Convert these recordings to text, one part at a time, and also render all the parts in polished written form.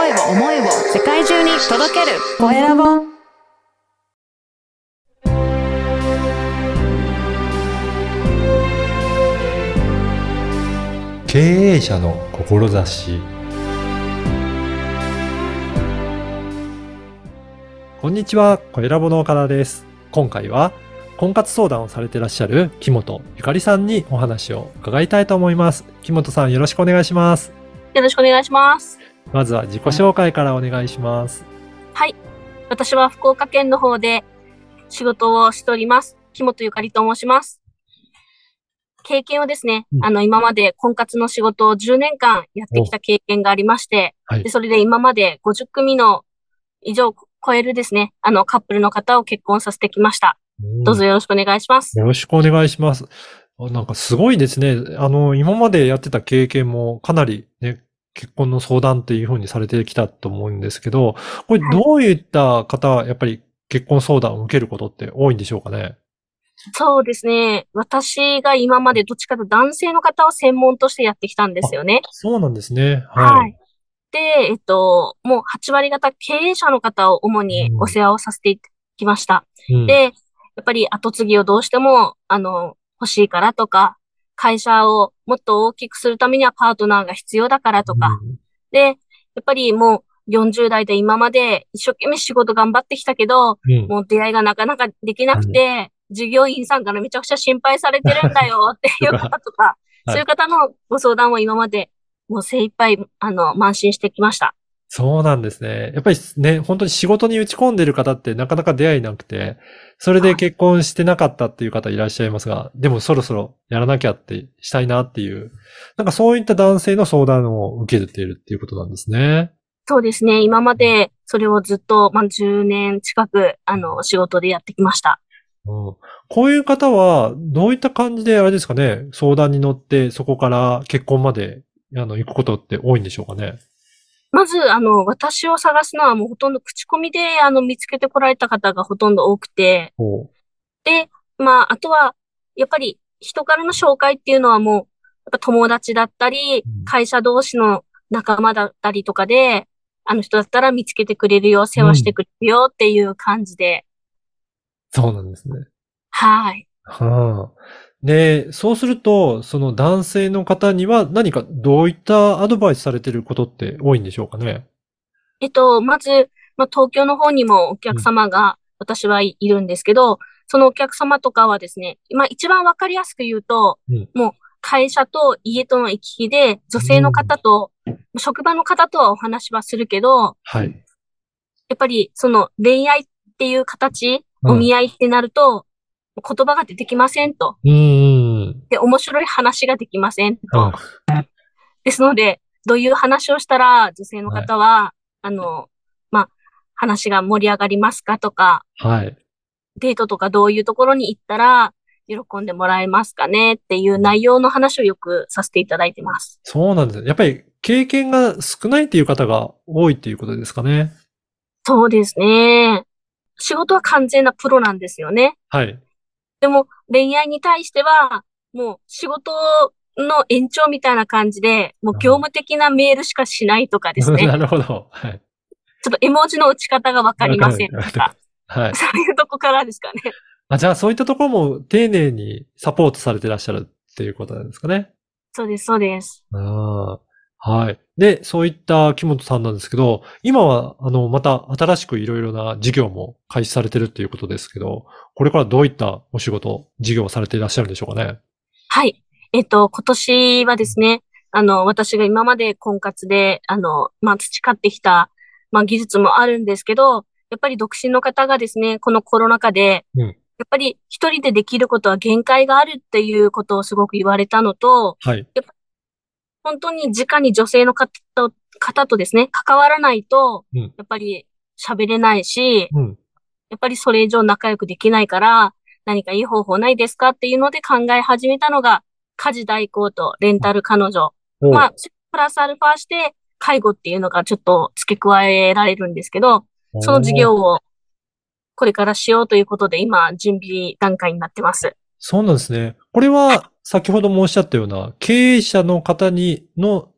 声を世界中に届けるコエラボ。 経営者の志。こんにちは、コエラボの岡田です。今回は婚活相談をされていらっしゃる木本ゆかりさんにお話を伺いたいと思います。木本さん、よろしくお願いします。 よろしくお願いします。 まずは自己紹介からお願いします。 はい。私は福岡県の方で仕事をしております。木本ゆかりと申します。経験をですね、今まで婚活の仕事を10年間やってきた経験がありまして、 はい、 でそれで今まで50組の以上超えるですね、カップルの方を結婚させてきました。どうぞよろしくお願いします。 よろしくお願いします。なんかすごいですね。今までやってた経験もかなりね、結婚の相談っていう風にされてきたと思うんですけど、これどういった方、やっぱり結婚相談を受けることって多いんでしょうかね。 そうですね。私が今までどっちかというと男性の方を専門としてやってきたんですよね。 そうなんですね。 はい。で、もう8割方経営者の方を主にお世話をさせてきました。で、やっぱり後継ぎをどうしても、欲しいからとか、会社をもっと大きくするためにはパートナーが必要だからとか。で、やっぱりもう40代で今まで一生懸命仕事頑張ってきたけど、もう出会いがなかなかできなくて、従業員さんからめちゃくちゃ心配されてるんだよっていう方とか、そういう方のご相談を今までもう精一杯、慢心してきました。 そうなんですね。やっぱりね、本当に仕事に打ち込んでる方ってなかなか出会いなくて、それで結婚してなかったっていう方いらっしゃいますが、でもそろそろやらなきゃってしたいなっていう、なんかそういった男性の相談を受けているっていうことなんですね。 そうですね。今までそれをずっと、10年近く、仕事でやってきました。 こういう方は、どういった感じで、あれですかね、相談に乗って、そこから結婚まで、行くことって多いんでしょうかね。 まず、私を探すのはもうほとんど口コミで、見つけてこられた方がほとんど多くて、で、あとは、やっぱり人からの紹介っていうのはもう、やっぱ友達だったり、会社同士の仲間だったりとかで、あの人だったら見つけてくれるよ、世話してくれるよっていう感じで。 そうなんですね。 はい。 で、そうすると、その男性の方には何かどういったアドバイスされていることって多いんでしょうかね。 まず、東京の方にもお客様が私はいるんですけど、そのお客様とかはですね、一番わかりやすく言うと、もう会社と家との行き来で、女性の方と、職場の方とはお話はするけど、やっぱりその恋愛っていう形、お見合いってなると、言葉が出てきませんと。で、面白い話ができませんと。ですので、どういう話をしたら女性の方は、話が盛り上がりますかとか、デートとかどういうところに行ったら喜んでもらえますかねっていう内容の話をよくさせていただいてます。 そうなんですね。やっぱり経験が少ないっていう方が多いっていうことですかね。 そうですね。仕事は完全なプロなんですよね。でも恋愛に対しては、もう仕事の延長みたいな感じで、もう業務的なメールしかしないとかですね。 なるほど。ちょっと絵文字の打ち方がわかりませんとか。そういうとこからですかね。 じゃあそういったところも丁寧にサポートされていらっしゃるっていうことなんですかね。 そうです、そうです。 で、そういった木本さんなんですけど、今は、また新しくいろいろな事業も開始されてるっていうことですけど、これからどういったお仕事、事業をされていらっしゃるんでしょうかね。 はい。今年はですね、私が今まで婚活で、培ってきた、技術もあるんですけど、やっぱり独身の方がですね、このコロナ禍で、やっぱり一人でできることは限界があるっていうことをすごく言われたのと、やっぱ本当に直に女性の方とですね、関わらないと、やっぱり喋れないし、やっぱりそれ以上仲良くできないから、何かいい方法ないですかっていうので考え始めたのが、家事代行とレンタル彼女。プラスアルファして介護っていうのがちょっと付け加えられるんですけど、その事業をこれからしようということで今準備段階になってます。 そうなんですね。これは先ほどもおっしゃったような経営者の方の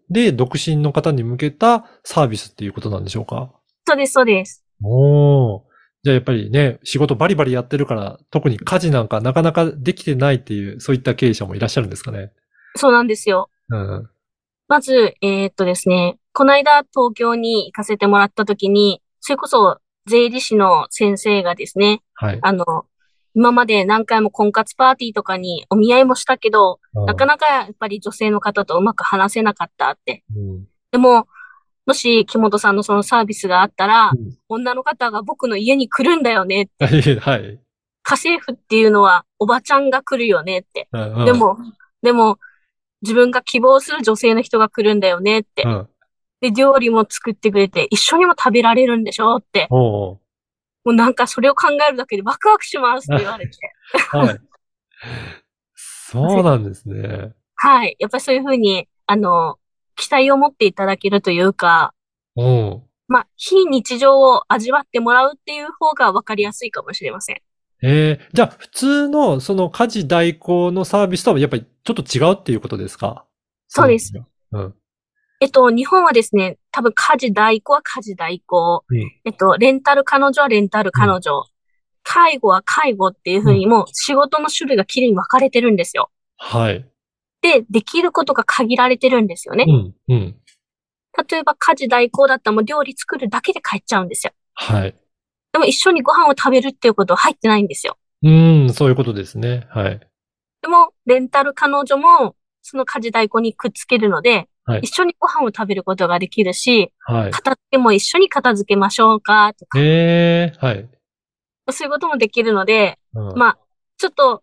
で独身の方に向けたサービスっていうことなんでしょうか？ そうです、そうです。 おー。じゃあやっぱりね、仕事バリバリやってるから、特に家事なんかなかなかできてないっていう、そういった経営者もいらっしゃるんですかね？ そうなんですよ。 うん。 まず、ですね、この間東京に行かせてもらった時に、それこそ税理士の先生がですね、 はい。 あの、今まで何回も婚活パーティーとかにお見合いもしたけど、なかうん。 なかやっぱり女性の方とうまく話せなかったって。 うん。 でも、もし木本さんのそのサービスがあったら、 うん。 女の方が僕の家に来るんだよねって。 はい。 家政婦っていうのはおばちゃんが来るよねって。 うん。うん。 でも、でも、自分が希望する女性の人が来るんだよねって。 うん。 で、料理も作ってくれて、一緒にも食べられるんでしょって。 おー。 もうなんかそれを考えるだけでワクワクしますって言われて。 はい。そうなんですね。 はい。やっぱりそういうふうに、期待を持っていただけるというか、 うん。 まあ、非日常を味わってもらうっていう方がわかりやすいかもしれません。 じゃあ、普通の、その家事代行のサービスとはやっぱりちょっと違うっていうことですか？その、 そうです。 うん。 日本はですね、多分家事代行は家事代行。 うん。 レンタル彼女はレンタルうん。 彼女。介護は介護っていうふうん。 うにもう仕事の種類がきれいに分かれてるんですよ。 はい。 で、できることが限られてるんですよね。 うん。うん。 例えば家事代行だったらもう料理作るだけで帰っちゃうんですよ。 はい。 でも一緒にご飯を食べるっていうことは入ってないんですよ。 そういうことですね。はい。 でも、レンタル彼女もその家事代行にくっつけるので、 はい。 一緒にご飯を食べることができるし、 はい。 片付けも一緒に片付けましょうかとか、 はい。 そういうこともできるので、 うん。 まあ、ちょっと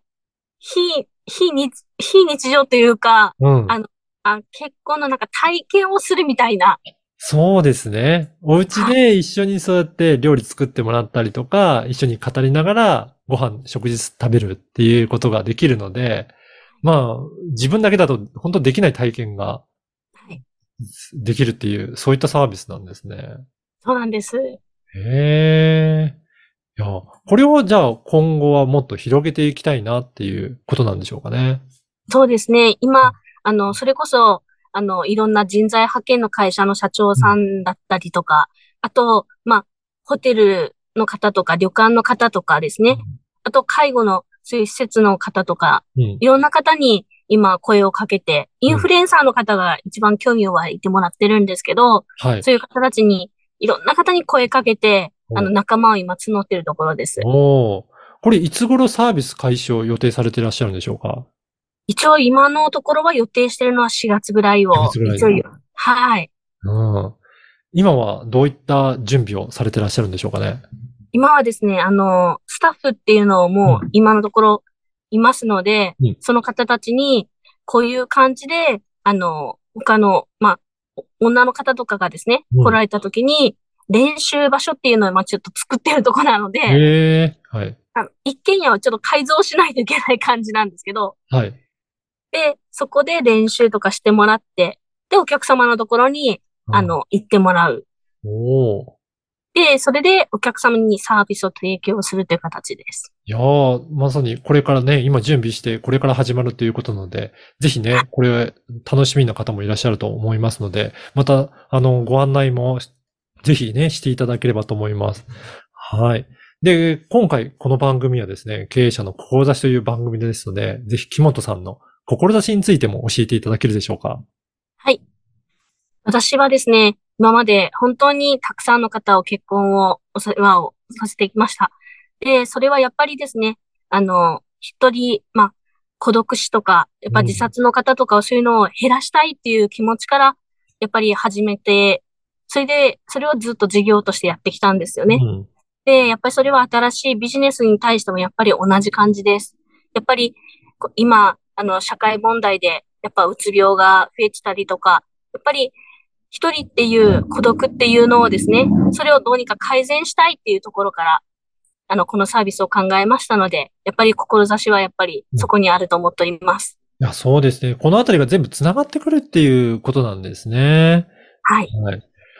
非日常というか、 うん。 あの、結婚のなんか体験をするみたいな。 そうですね。お家はい。 で一緒にそうやって料理作ってもらったりとか、一緒に語りながらご飯、食事食べるっていうことができるので、まあ、自分だけだと本当できない体験がはい。 できるっていう、そういったサービスなんですね。 そうなんです。 へえ。いや、これをじゃあ今後はもっと広げていきたいなっていうことなんでしょうかね。 そうですね。今、それこそ、いろんな人材派遣の会社の社長うん。 さんだったりとか、あと、まあ、ホテルの方とか、旅館の方とかですね。あと、介護の、そういう施設の方とか、 うん。 いろんな方に今声をかけて、イうん。 ンフルエンサーの方が一番興味を湧いてもらってるんですけど、 はい。 そういう方たちに、いろんな方に声かけて、仲間を今募ってるところです。 おー。これいつ頃サービス開始を予定されていらっしゃるんでしょうか？ 一応今のところは予定してるのは4月ぐらい 4 を、 月ぐらいに。 一応、はい。 うん。今はどういった準備をされていらっしゃるんでしょうかね？ 今はですね、スタッフっていうのをもううん。 今のところいますので、 うん。 その方たちに、こういう感じで、他の、まあ、女の方とかがですね、 うん。 来られた時に、練習場所っていうのを、まあ、ちょっと作ってるところなので、 はい。 一軒家をちょっと改造しないといけない感じなんですけど、 はい。 で、そこで練習とかしてもらって、で、お客様のところに、 うん。 行ってもらう。 おー。 で、それでお客様にサービスを提供するという形です。 いやー、まさにこれからね、今準備してこれから始まるということなので、ぜひね、これ楽しみな方もいらっしゃると思いますので、また、ご案内もぜひね、していただければと思います。はい。で、今回この番組はですね、経営者の志という番組ですので、ぜひ木本さんの志についても教えていただけるでしょうか？ はい。私はですね、今まで本当にたくさんの方を結婚をお世話をさせてきました。で、それはやっぱりですね、一人、まあ、孤独死とか、やっぱ自うん。 殺の方とかそういうのを減らしたいっていう気持ちから、やっぱり始めて、それで、それをずっと事業としてやってきたんですよね。 うん。 で、やっぱりそれは新しいビジネスに対してもやっぱり同じ感じです。やっぱり、今、社会問題で、やっぱうつ病が増えてたりとか、やっぱり一人っていう孤独っていうのをですね、それをどうにか改善したいっていうところから、このサービスを考えましたので、やっぱり志はやっぱりうん。いそこにあると思っております。 や、そうですね。このあたりが全部繋がってくるっていうことなんですね。 はい。 はい。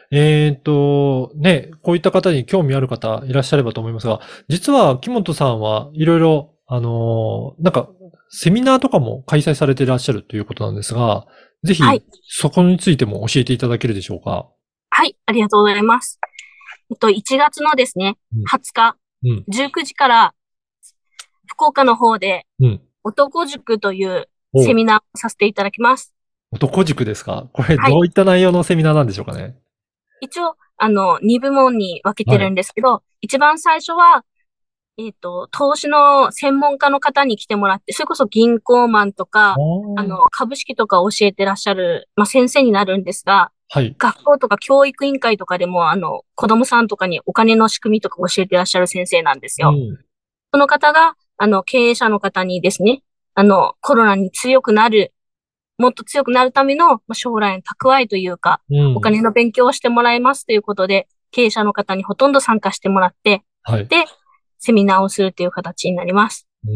ね、こういった方に興味ある方いらっしゃればと思いますが、実は木本さんはいろいろ、なんか、セミナーとかも開催されていらっしゃるということなんですが、 ぜひはい、 そこについても教えていただけるでしょうか。 はい、ありがとうございます。1月のですね、20日、 うん。 19時から福岡の方で、 うん。 男塾というお、 セミナーをさせていただきます。 男塾ですか？これはい。 どういった内容のセミナーなんでしょうかね？ 一応、2部門に分けてはい。 るんですけど、一番最初は、投資の専門家の方に来てもらって、それこそ銀行マンとか、 あ株式とかを教えてらっしゃる、まあ、先生になるんですが、 はい。 学校とか教育委員会とかでも、子供さんとかにお金の仕組みとか教えてらっしゃる先生なんですよ。 うん。 その方が、経営者の方にですね、コロナに強くなる、もっと強くなるための、まあ、将来の蓄えというか、 うん。 お金の勉強をしてもらいますということで、経営者の方にほとんど参加してもらって、 はい。 で、セミナーをするという形になります。 うん。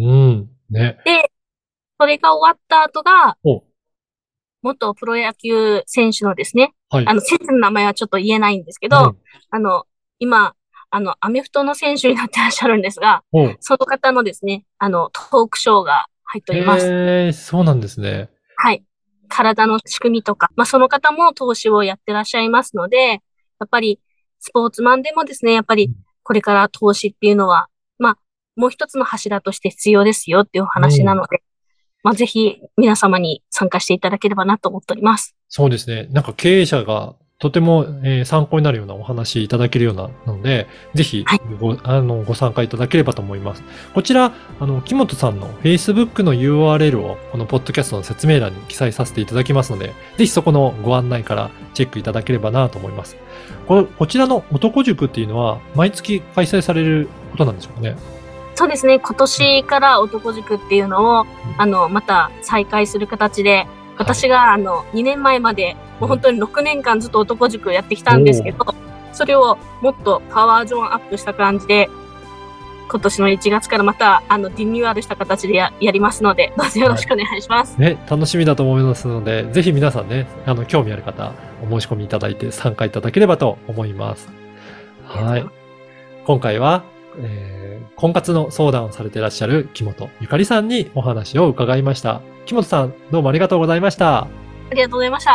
ね。 で、それが終わった後が、 お、 元プロ野球選手のですね、 はい。 選手の名前はちょっと言えないんですけど、 うん。 今、アメフトの選手になってらっしゃるんですが、 お、 その方のですね、トークショーが入っております。 へえ、そうなんですね。 はい。体の仕組みとか、まあ、その方も投資をやってらっしゃいますので、やっぱり、スポーツマンでもですね、やっぱり、これから投資っていうのは、まあ、もう一つの柱として必要ですよっていうおうん。 話なので、まあ、ぜひ皆様に参加していただければなと思っております。 そうですね。なんか経営者がとても、参考になるようなお話いただけるようなので、ぜひはい。 ご参加いただければと思います。こちら、木本さんの Facebook の URL をこのポッドキャストの説明欄に記載させていただきますので、ぜひそこのご案内からチェックいただければなと思います。こちらの男塾っていうのは、毎月開催されることなんでしょうかね？ そうですね。今うん。 年から男塾っていうのを、 うん。 また再開する形で、 はい。 私が2年前まで、 うん。 もう本当に6年間ずっと男塾やってきおたんですけお。 ど、それをもっとパワージョンアップした感じで、今年の1月からまた、リニューアルした形でやりますので、どうぞよろはい。 しくお願いします。 ね、楽しみだと思いますので、ぜひ皆さんね、興味ある方、お申し込みいただいて参加いただければと思います。はい。 ありがとうございます。 今回は、婚活の相談をされていらっしゃる木本ゆかりさんにお話を伺いました。木本さん、どうもありがとうございました。 ありがとうございました。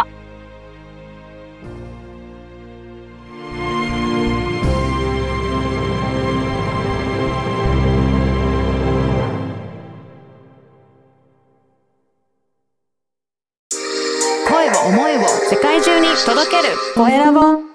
声を思いを世界中に届けるコエラボ。